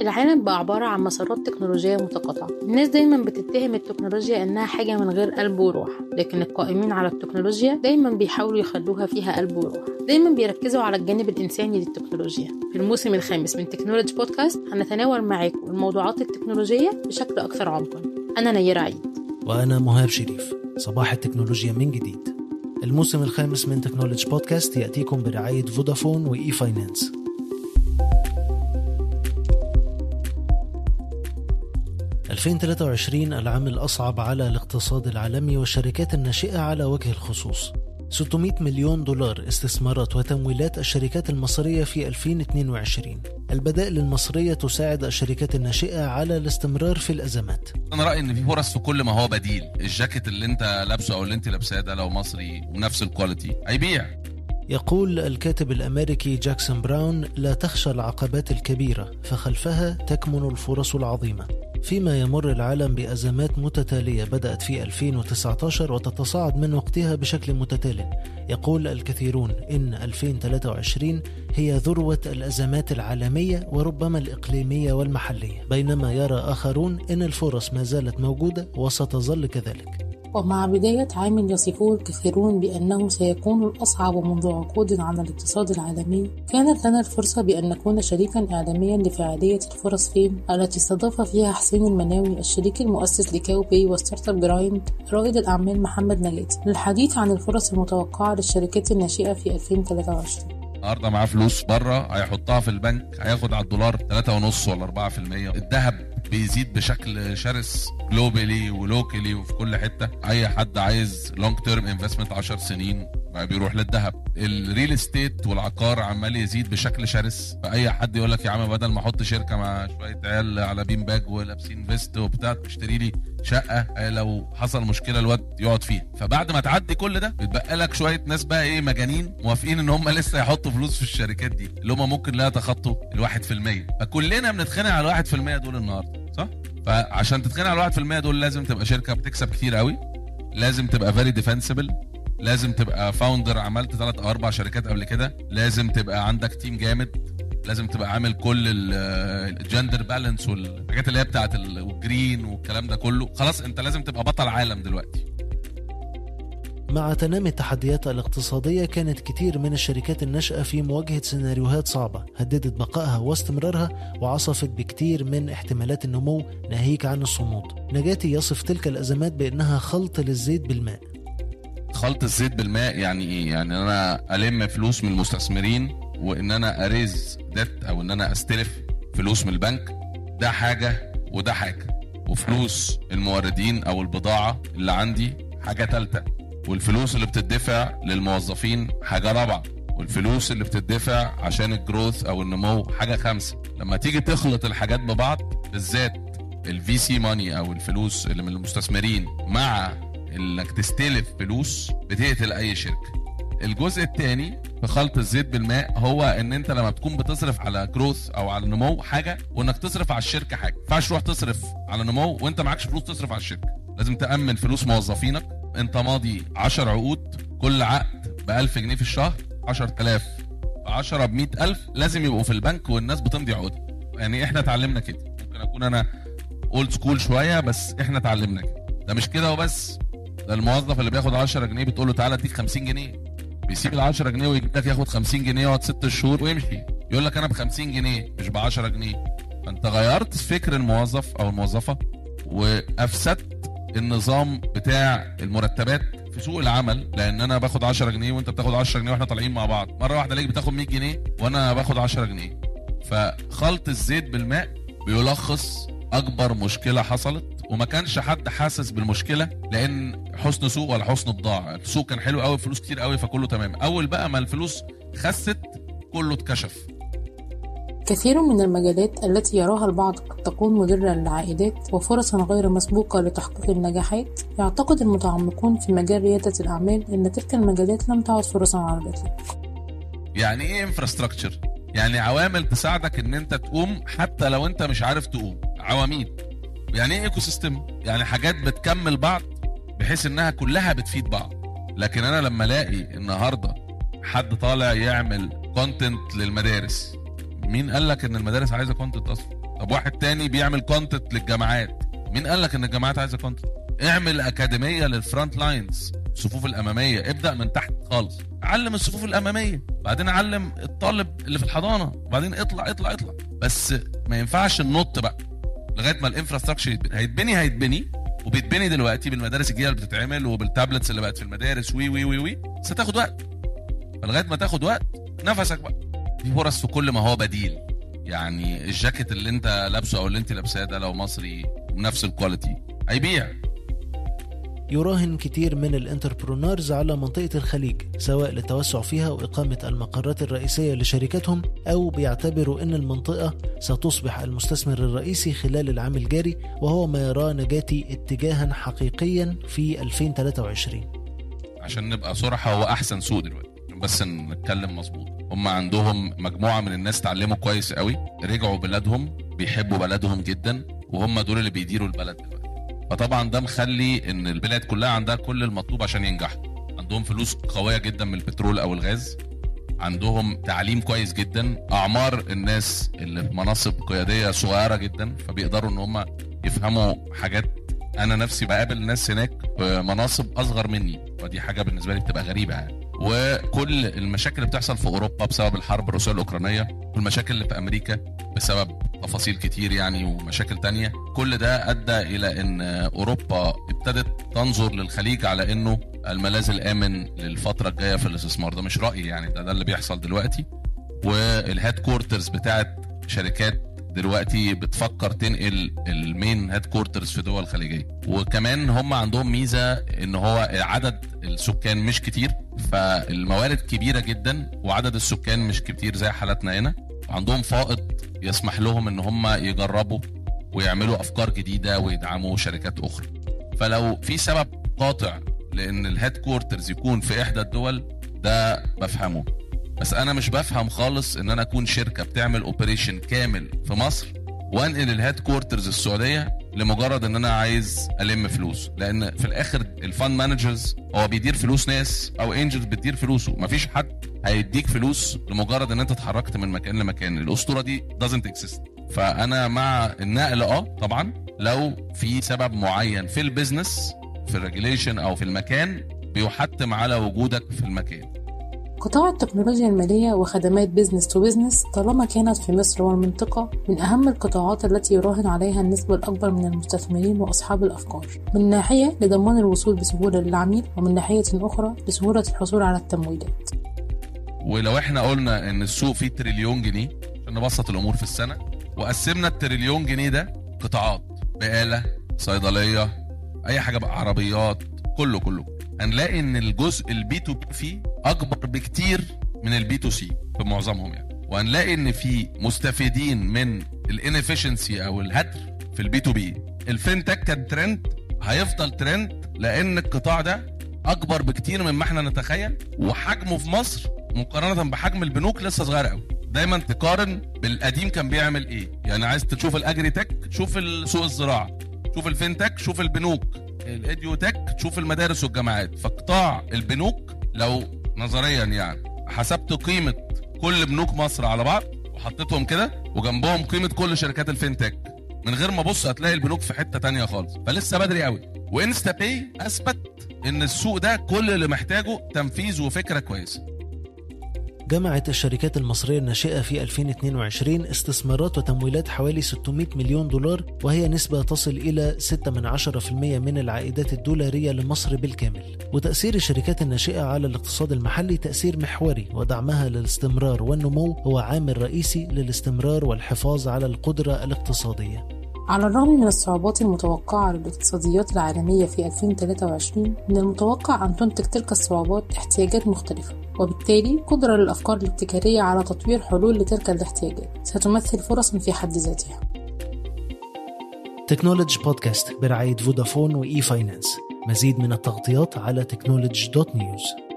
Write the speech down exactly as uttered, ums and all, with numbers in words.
العالم بقى عبارة عن مسارات تكنولوجية متقاطعة. الناس دايما بتتهم التكنولوجيا انها حاجة من غير قلب وروح، لكن القائمين على التكنولوجيا دايما بيحاولوا يخلوها فيها قلب وروح. دايما بيركزوا على الجانب الإنساني للتكنولوجيا. في الموسم الخامس من تكنولوجي بودكاست هنتناول معاكم الموضوعات التكنولوجية بشكل أكثر عمقا. أنا نيرة عيد وأنا مهاب شريف. صباح التكنولوجيا من جديد. الموسم الخامس من تكنولوجي بودكاست يأتيكم برعاية فودافون وإي فاينانس. ألفين وثلاثة وعشرين العام الأصعب على الاقتصاد العالمي والشركات الناشئة على وجه الخصوص. ستمائة مليون دولار استثمارات وتمويلات الشركات المصرية في ألفين واثنين وعشرين. البدائل المصرية تساعد الشركات الناشئة على الاستمرار في الأزمات. أنا رأيي إن في فرص في كل ما هو بديل. الجاكيت اللي أنت لابسه أو اللي أنت لابساه ده لو مصري ونفس الكواليتي هيبيع. يقول الكاتب الأمريكي جاكسون براون: لا تخشى العقبات الكبيرة، فخلفها تكمن الفرص العظيمة. فيما يمر العالم بأزمات متتالية بدأت في ألفين وتسعة عشر وتتصاعد من وقتها بشكل متتال، يقول الكثيرون إن ألفين وثلاثة وعشرين هي ذروة الأزمات العالمية وربما الإقليمية والمحلية، بينما يرى آخرون إن الفرص ما زالت موجودة وستظل كذلك. ومع بداية عام يصفه الكثيرون بأنه سيكون الأصعب منذ عقود على الاقتصاد العالمي، كانت لنا الفرصة بأن نكون شريكا إعلاميا لفعالية الفرص فيم التي استضاف فيها حسين المناوي الشريك المؤسس لكاو باي وستارت اب جرايند رائد الأعمال محمد نجاتي للحديث عن الفرص المتوقعة للشركات الناشئة في ألفين وثلاثة وعشرين. النهارده معاه فلوس بره هيحطها في البنك هياخد على الدولار ثلاثة ونص ولا أربعة في المية. الذهب بيزيد بشكل شرس جلوبالي ولوكالي وفي كل حته. اي حد عايز لونج تيرم انفستمنت عشر سنين بقى بيروح للذهب. الريل استيت والعقار عمال يزيد بشكل شرس، فاي حد يقول لك يا عم بدل ما احط شركه مع شويه عيال على بين باج ولابسين فيست وبتاع اشتري لي شقه لو حصل مشكله الواد يقعد فيها. فبعد ما تعدي كل ده بتبقى لك شويه ناس بقى ايه مجانين موافقين ان هم لسه يحطوا فلوس في الشركات دي اللي هم ممكن لا يتخطوا الواحد في المية. فكلنا بنتخانق على الواحد في المية دول النهارده، صح؟ فعشان تتخانق على الواحد في المية دول لازم تبقى شركة بتكسب كتير قوي، لازم تبقى very defensible، لازم تبقى فاوندر عملت ثلاث او اربع شركات قبل كده، لازم تبقى عندك تيم جامد، لازم تبقى عامل كل الجندر بالانس والحاجات اللي هي بتاعت الجرين والكلام ده كله. خلاص انت لازم تبقى بطل عالم دلوقتي. مع تنامي التحديات الاقتصادية كانت كتير من الشركات الناشئة في مواجهة سيناريوهات صعبة هددت بقائها واستمرارها وعصفت بكتير من احتمالات النمو ناهيك عن الصمود. نجاتي يصف تلك الأزمات بأنها خلط للزيت بالماء. خلط الزيت بالماء يعني ايه؟ يعني انا ألم فلوس من المستثمرين وان انا اريز ديت او ان انا استلف فلوس من البنك، ده حاجة وده حاجة. وفلوس الموردين او البضاعة اللي عندي حاجة تالتة. والفلوس اللي بتدفع للموظفين حاجة رابعة. والفلوس اللي بتدفع عشان الجروث او النمو حاجة خمسة. لما تيجي تخلط الحاجات ببعض بالذات الفي سي ماني او الفلوس اللي من المستثمرين مع انك تستلف فلوس بتقتل اي شركة. الجزء الثاني في خلط الزيت بالماء هو ان انت لما بتكون بتصرف على جروث او على النمو حاجة وانك تصرف على الشركة حاجة. فاش تروح تصرف على نمو وانت معكش فلوس تصرف على الشركة. لازم تأمن فلوس موظفينك. انت ماضي عشر عقود، كل عقد بألف جنيه في الشهر، عشر تلاف عشرة بمئة ألف لازم يبقوا في البنك والناس بتمضي عقود. يعني احنا تعلمنا كده. ممكن اكون انا اولد سكول شوية بس احنا تعلمنا كده. ده مش كده وبس، ده الموظف اللي بياخد عشرة جنيه بتقول له تعالى اديك خمسين جنيه بيسيب العشرة جنيه ويجيب لك ياخد خمسين جنيه يقعد ست شهور ويمشي يقول لك انا بخمسين جنيه مش بعشرة جنيه. فانت غيرت فكر الموظف او الموظفة وافسدت النظام بتاع المرتبات في سوق العمل. لان انا باخد عشرة جنيه وانت بتاخد عشرة جنيه واحنا طالعين مع بعض، مره واحده ليك بتاخد مية جنيه وانا باخد عشرة جنيه. فخلط الزيت بالماء بيلخص اكبر مشكله حصلت وما كانش حد حاسس بالمشكله لان حسن سوق ولا حسن بضاعه. السوق كان حلو قوي، فلوس كتير قوي، فكله تمام. اول بقى ما الفلوس خست كله اتكشف. كثير من المجالات التي يراها البعض قد تكون مدرة للعائدات وفرصا غير مسبوقة لتحقيق النجاحات، يعتقد المتعمقون في مجال ريادة الأعمال أن تلك المجالات لم تعد فرصا على الإطلاق. يعني إيه انفراستراكشر؟ يعني عوامل تساعدك ان انت تقوم حتى لو انت مش عارف تقوم. عواميد. يعني ايه ايكو سيستم؟ يعني حاجات بتكمل بعض بحيث انها كلها بتفيد بعض. لكن انا لما الاقي النهارده حد طالع يعمل كونتنت للمدارس، مين قال لك ان المدارس عايزه كونتنت اصلا؟ طب واحد تاني بيعمل كونتنت للجامعات، مين قال لك ان الجامعات عايزه كونتنت؟ اعمل اكاديميه للفرونت لاينز، الصفوف الاماميه، ابدا من تحت خالص، علم الصفوف الاماميه، بعدين علم الطالب اللي في الحضانه، وبعدين اطلع اطلع اطلع. بس ما ينفعش النط بقى لغايه ما الانفراستراكشر يتبني. هيتبني هيتبني وبيتبني دلوقتي بالمدارس الجديده اللي بتتعمل وبالتابلتس اللي بقت في المدارس وي وي وي وي ستاخد وقت. فلغايه ما تاخد وقت نفسك بقى. في فرص في كل ما هو بديل. يعني الجاكيت اللي انت لابسه او اللي انت لابساه ده لو مصري ونفس الكواليتي هيبيع. يراهن كتير من الانتربرونورز على منطقة الخليج سواء للتوسع فيها وإقامة المقرات الرئيسية لشركاتهم، أو بيعتبروا أن المنطقة ستصبح المستثمر الرئيسي خلال العام الجاري، وهو ما يراه نجاتي اتجاها حقيقيا في ألفين وثلاثة وعشرين. عشان نبقى صراحة هو أحسن سوق دلوقتي، بس نتكلم مظبوط. هم عندهم مجموعة من الناس تعلموا كويس قوي، رجعوا بلادهم، بيحبوا بلدهم جدا، وهم دول اللي بيديروا البلد دلوقتي. فطبعا ده مخلي ان البلاد كلها عندها كل المطلوب عشان ينجحوا. عندهم فلوس قوية جدا من البترول او الغاز، عندهم تعليم كويس جدا، اعمار الناس اللي في مناصب قيادية صغيرة جدا، فبيقدروا ان هم يفهموا حاجات. انا نفسي بقابل ناس هناك في مناصب اصغر مني، ودي حاجة بالنسبة لي بتبقى غريبة يعني. وكل المشاكل اللي بتحصل في اوروبا بسبب الحرب الروسية الاوكرانية، والمشاكل اللي في امريكا بسبب تفاصيل كتير يعني ومشاكل تانية، كل ده ادى الى ان اوروبا ابتدت تنظر للخليج على انه الملاذ الامن للفترة الجاية في الاستثمار. ده مش رأيي يعني، ده, ده اللي بيحصل دلوقتي. والهيد كورترز بتاعت شركات دلوقتي بتفكر تنقل المين هيد كورترز في دول خليجية. وكمان هم عندهم ميزة ان هو عدد السكان مش كتير، فالموارد كبيرة جدا وعدد السكان مش كتير زي حالتنا هنا. عندهم فائض يسمح لهم ان هم يجربوا ويعملوا افكار جديدة ويدعموا شركات اخرى. فلو في سبب قاطع لان الهيد كورترز يكون في احدى الدول ده بفهمه، بس انا مش بفهم خالص ان انا اكون شركة بتعمل اوبريشن كامل في مصر وانقل الهيد كورترز السعودية لمجرد ان انا عايز الم فلوس. لان في الاخر الفاند مانجرز هو بيدير فلوس ناس او انجلز بتدير فلوسه. مفيش حد هيديك فلوس لمجرد ان انت اتحركت من مكان لمكان. الاسطورة دي doesn't exist. فانا مع النقل اه طبعا لو في سبب معين في البيزنس، في الريجوليشن او في المكان بيحتم على وجودك في المكان. قطاع التكنولوجيا المالية وخدمات بيزنس تو بيزنس طالما كانت في مصر والمنطقة من أهم القطاعات التي يراهن عليها النسبة الأكبر من المستثمرين وأصحاب الأفكار، من ناحية لضمان الوصول بسهولة للعميل، ومن ناحية أخرى لسهولة الحصول على التمويلات. ولو احنا قلنا ان السوق فيه تريليون جنيه عشان نبسط الأمور في السنة، وقسمنا التريليون جنيه ده قطاعات، بقالة، صيدلية، أي حاجة بقى، عربيات، كله كله، هنلاقي ان الجزء البي تو بي فيه اكبر بكتير من البي تو سي في معظمهم يعني. وهنلاقي ان في مستفيدين من الانفيشنسي او الهدر في البي تو بي. الفينتك كان ترند، هيفضل ترند لان القطاع ده اكبر بكتير مما احنا نتخيل، وحجمه في مصر مقارنة بحجم البنوك لسه صغير قوي. دايما تقارن بالقديم كان بيعمل ايه. يعني عايز تشوف الاجري تك، شوف سوق الزراعة، شوف الفينتك، شوف البنوك، الاديوتك، تشوف المدارس والجامعات. فقطاع البنوك لو نظريا يعني حسبت قيمة كل بنوك مصر على بعض وحطيتهم كده وجنبهم قيمة كل شركات الفينتك، من غير ما بص هتلاقي البنوك في حتة تانية خالص. فلسه بدري قوي. وانستا باي اثبت ان السوق ده كل اللي محتاجه تنفيذ وفكرة كويسة. جمعت الشركات المصرية الناشئة في ألفين واثنين وعشرين استثمارات وتمويلات حوالي ستمائة مليون دولار، وهي نسبة تصل إلى ستة من عشرة بالمئة من العائدات الدولارية لمصر بالكامل. وتأثير الشركات الناشئة على الاقتصاد المحلي تأثير محوري، ودعمها للاستمرار والنمو هو عامل رئيسي للاستمرار والحفاظ على القدرة الاقتصادية. على الرغم من الصعوبات المتوقعة للاقتصاديات العالمية في ألفين وثلاثة وعشرين، من المتوقع أن تنتج تلك الصعوبات احتياجات مختلفة، وبالتالي قدرة للأفكار الابتكارية على تطوير حلول لتلك الاحتياجات ستمثل فرص في حد ذاتها. تكنولوجي بودكاست برعاية فودافون وإي فاينانس. مزيد من التغطيات على تكنولوجي دوت نيوز.